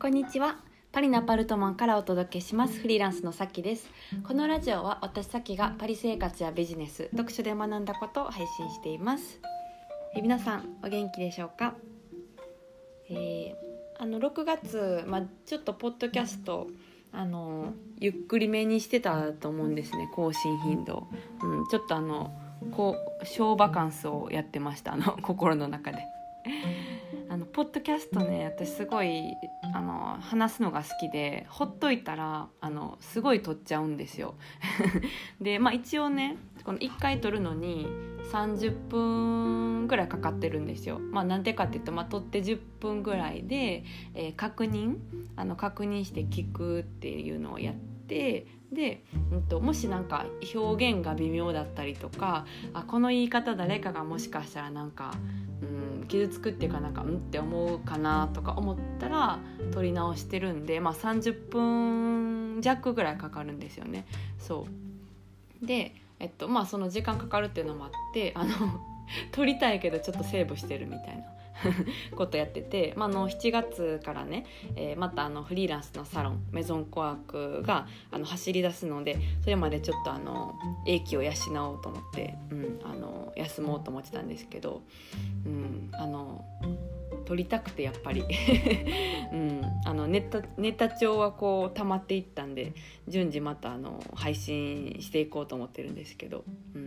こんにちは。パリのアパルトマンからお届けします。フリーランスのさきです。このラジオは私さきがパリ生活やビジネス、読書で学んだことを配信しています。皆さんお元気でしょうか。6月、ちょっとポッドキャストゆっくりめにしてたと思うんですね、更新頻度、ちょっと小バカンスをやってました、心の中で。ポッドキャストね、私すごい話すのが好きで、ほっといたらすごい撮っちゃうんですよで、一応ね、この1回撮るのに30分ぐらいかかってるんですよ。なんでかっていうと、撮って10分ぐらいで、確認して聞くっていうのをやって、で、もしなんか表現が微妙だったりとか、この言い方誰かがもしかしたら傷つくっていうかって思うかなとか思ったら撮り直してるんで、30分弱ぐらいかかるんですよね。そうで、その時間かかるっていうのもあって撮りたいけどちょっとセーブしてるみたいなことやってて、7月からね、またフリーランスのサロンメゾンコワークが走り出すので、それまでちょっと英気を養おうと思って、休もうと思ってたんですけど、撮りたくてやっぱり、ネタ帳はこう溜まっていったんで、順次また配信していこうと思ってるんですけど、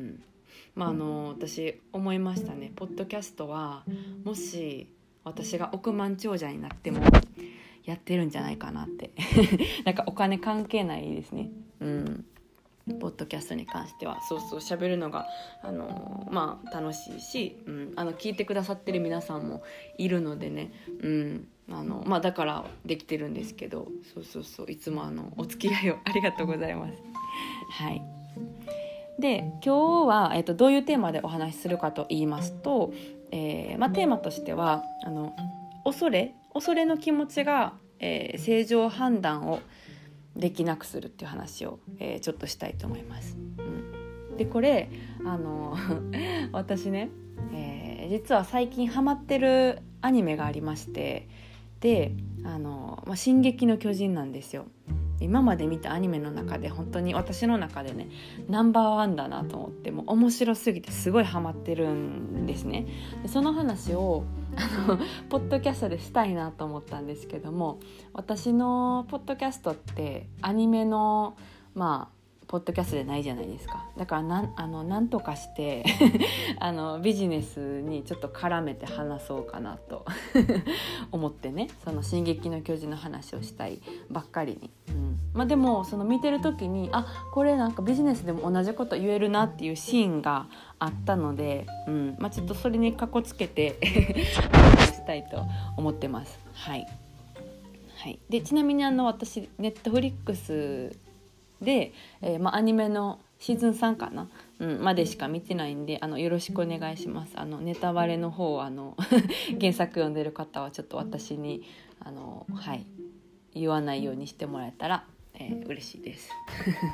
私思いましたね。ポッドキャストはもし私が億万長者になってもやってるんじゃないかなってお金関係ないですね。ポッドキャストに関しては喋るのが楽しいし、聞いてくださってる皆さんもいるのでね、だからできてるんですけど、いつもお付き合いをありがとうございます。はい。で、今日は、どういうテーマでお話しするかと言いますと、テーマとしては恐れの気持ちが、正常判断をできなくするっていう話を、ちょっとしたいと思います。で、これ私ね、実は最近ハマってるアニメがありまして、で進撃の巨人なんですよ。今まで見たアニメの中で本当に私の中でねナンバーワンだなと思って、もう面白すぎてすごいハマってるんですね。でその話をポッドキャストでしたいなと思ったんですけども、私のポッドキャストってアニメのポッドキャストじゃないじゃないですか。だからなんとかしてビジネスにちょっと絡めて話そうかなと思ってね、その進撃の巨人の話をしたいばっかりに、でもその見てる時にこれビジネスでも同じこと言えるなっていうシーンがあったので、ちょっとそれにかこつけてしたいと思ってます。はい、でちなみに私ネットフリックスで、アニメのシーズン3かな、までしか見てないんでよろしくお願いします。ネタバレの方原作読んでる方はちょっと私に言わないようにしてもらえたら、嬉しいです、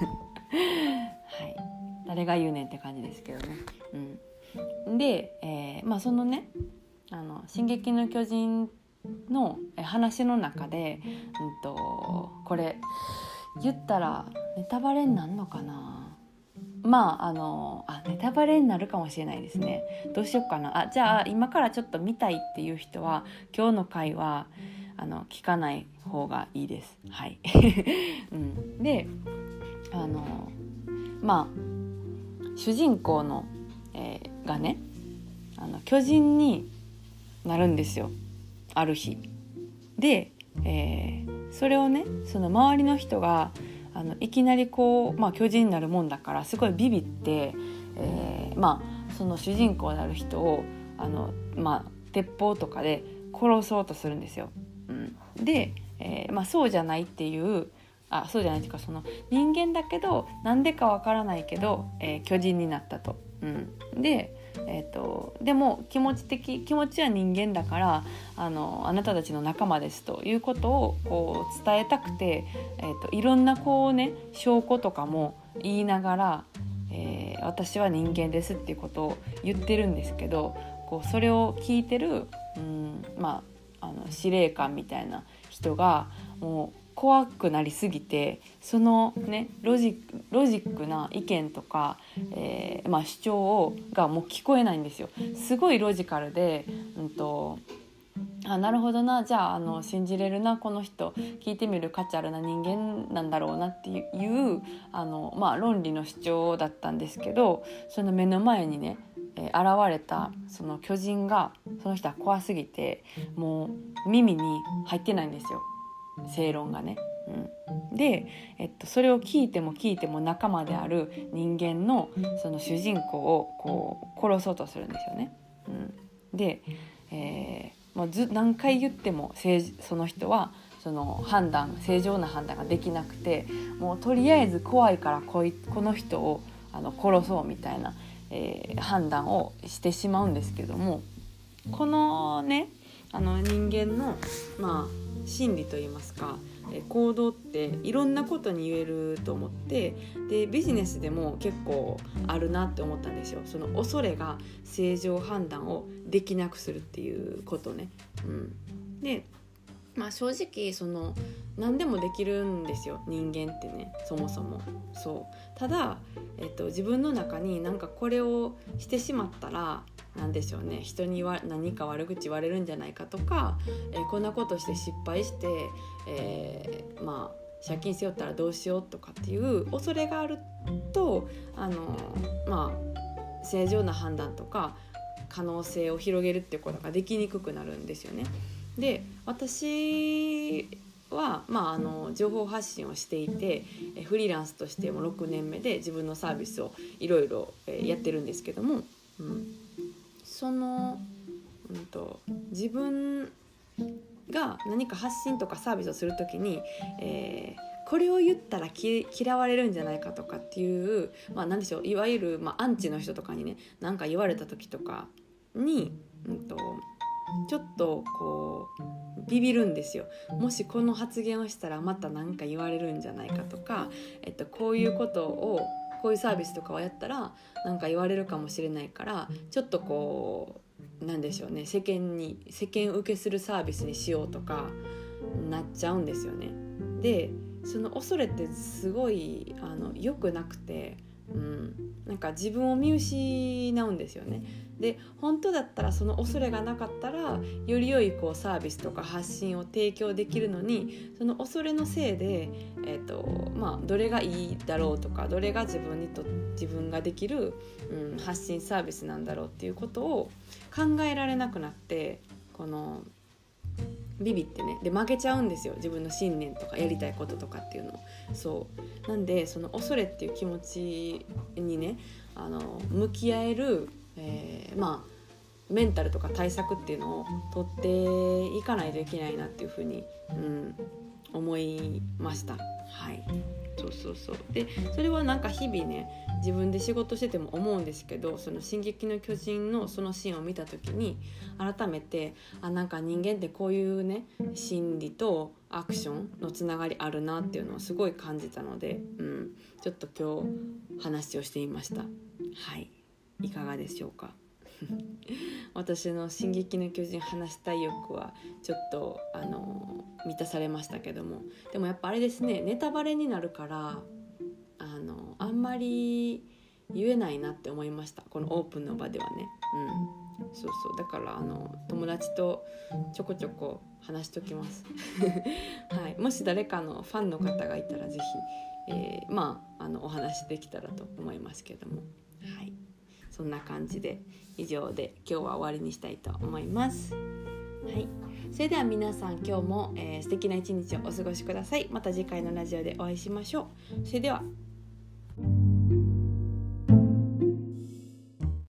誰が言うねんって感じですけどね。で、そのね進撃の巨人の話の中で、これ言ったらネタバレになるのかな。ネタバレになるかもしれないですね。どうしようかな。じゃあ今からちょっと見たいっていう人は今日の回は聞かない方がいいです。はいで主人公の、がね巨人になるんですよ、ある日で、それをねその周りの人がいきなり巨人になるもんだからすごいビビって、その主人公である人を鉄砲とかで殺そうとするんですよ。で、そうじゃないっていうそうじゃないっていうか、その人間だけどなんでかわからないけど、巨人になったと。ででも気持ちは人間だからあなたたちの仲間ですということをこう伝えたくて、いろんな証拠とかも言いながら、私は人間ですっていうことを言ってるんですけど、それを聞いてる、 司令官みたいな人がもう怖くなりすぎて、そのねロジックな意見とか、主張がもう聞こえないんですよ。すごいロジカルで、なるほどな、じゃあ、信じれるな、この人聞いてみる価値あるな人間なんだろうなっていう論理の主張だったんですけど、その目の前にね、現れたその巨人が、その人は怖すぎてもう耳に入ってないんですよ、正論がね。で、それを聞いても聞いても仲間である人間のその主人公をこう殺そうとするんですよね。で、何回言ってもその人はその正常な判断ができなくて、もうとりあえず怖いからこの人を殺そうみたいな、判断をしてしまうんですけども、このね人間の心理といいますか、行動っていろんなことに言えると思って、でビジネスでも結構あるなって思ったんですよ。その恐れが正常判断をできなくするっていうことね。で、正直何でもできるんですよ、人間ってね、そもそも。そうただ、自分の中になんかこれをしてしまったらなんでしょうね、人に何か悪口言われるんじゃないかとか、こんなことして失敗して、借金背負ったらどうしようとかっていう恐れがあると、正常な判断とか可能性を広げるっていうことができにくくなるんですよね。で、私は、情報発信をしていて、フリーランスとしても6年目で自分のサービスをいろいろやってるんですけども、自分が何か発信とかサービスをするときに、これを言ったら嫌われるんじゃないかとかっていう、なんでしょう、いわゆる、アンチの人とかにね何か言われた時とかに、ちょっとこうビビるんですよ。もしこの発言をしたらまた何か言われるんじゃないかとか、こういうことをこういうサービスとかをやったら何か言われるかもしれないから、ちょっとこうなんでしょうね、世間受けするサービスにしようとかなっちゃうんですよね。で、その恐れってすごい良くなくて、なんか自分を見失うんですよね。で、本当だったらその恐れがなかったらより良いこうサービスとか発信を提供できるのに、その恐れのせいで、どれがいいだろうとか、どれが自分ができる、発信サービスなんだろうっていうことを考えられなくなって、このビビってね、で負けちゃうんですよ、自分の信念とかやりたいこととかっていうのを。そうなんで、その恐れっていう気持ちにね向き合える、メンタルとか対策っていうのを取っていかないといけないなっていうふうに、思いました。はい、そうで、それはなんか日々ね自分で仕事してても思うんですけど、その進撃の巨人のそのシーンを見た時に改めてなんか人間ってこういうね心理とアクションのつながりあるなっていうのをすごい感じたので、ちょっと今日話をしてみました。はい、いかがでしょうか。私の進撃の巨人話したい欲はちょっと満たされましたけども、でもやっぱあれですね、ネタバレになるからあんまり言えないなって思いました、このオープンの場ではね。だから友達とちょこちょこ話しときます。はい、もし誰かのファンの方がいたらぜひ、お話できたらと思いますけども、はい、そんな感じで以上で今日は終わりにしたいと思います。はい、それでは皆さん今日も、素敵な一日をお過ごしください。また次回のラジオでお会いしましょう。それでは。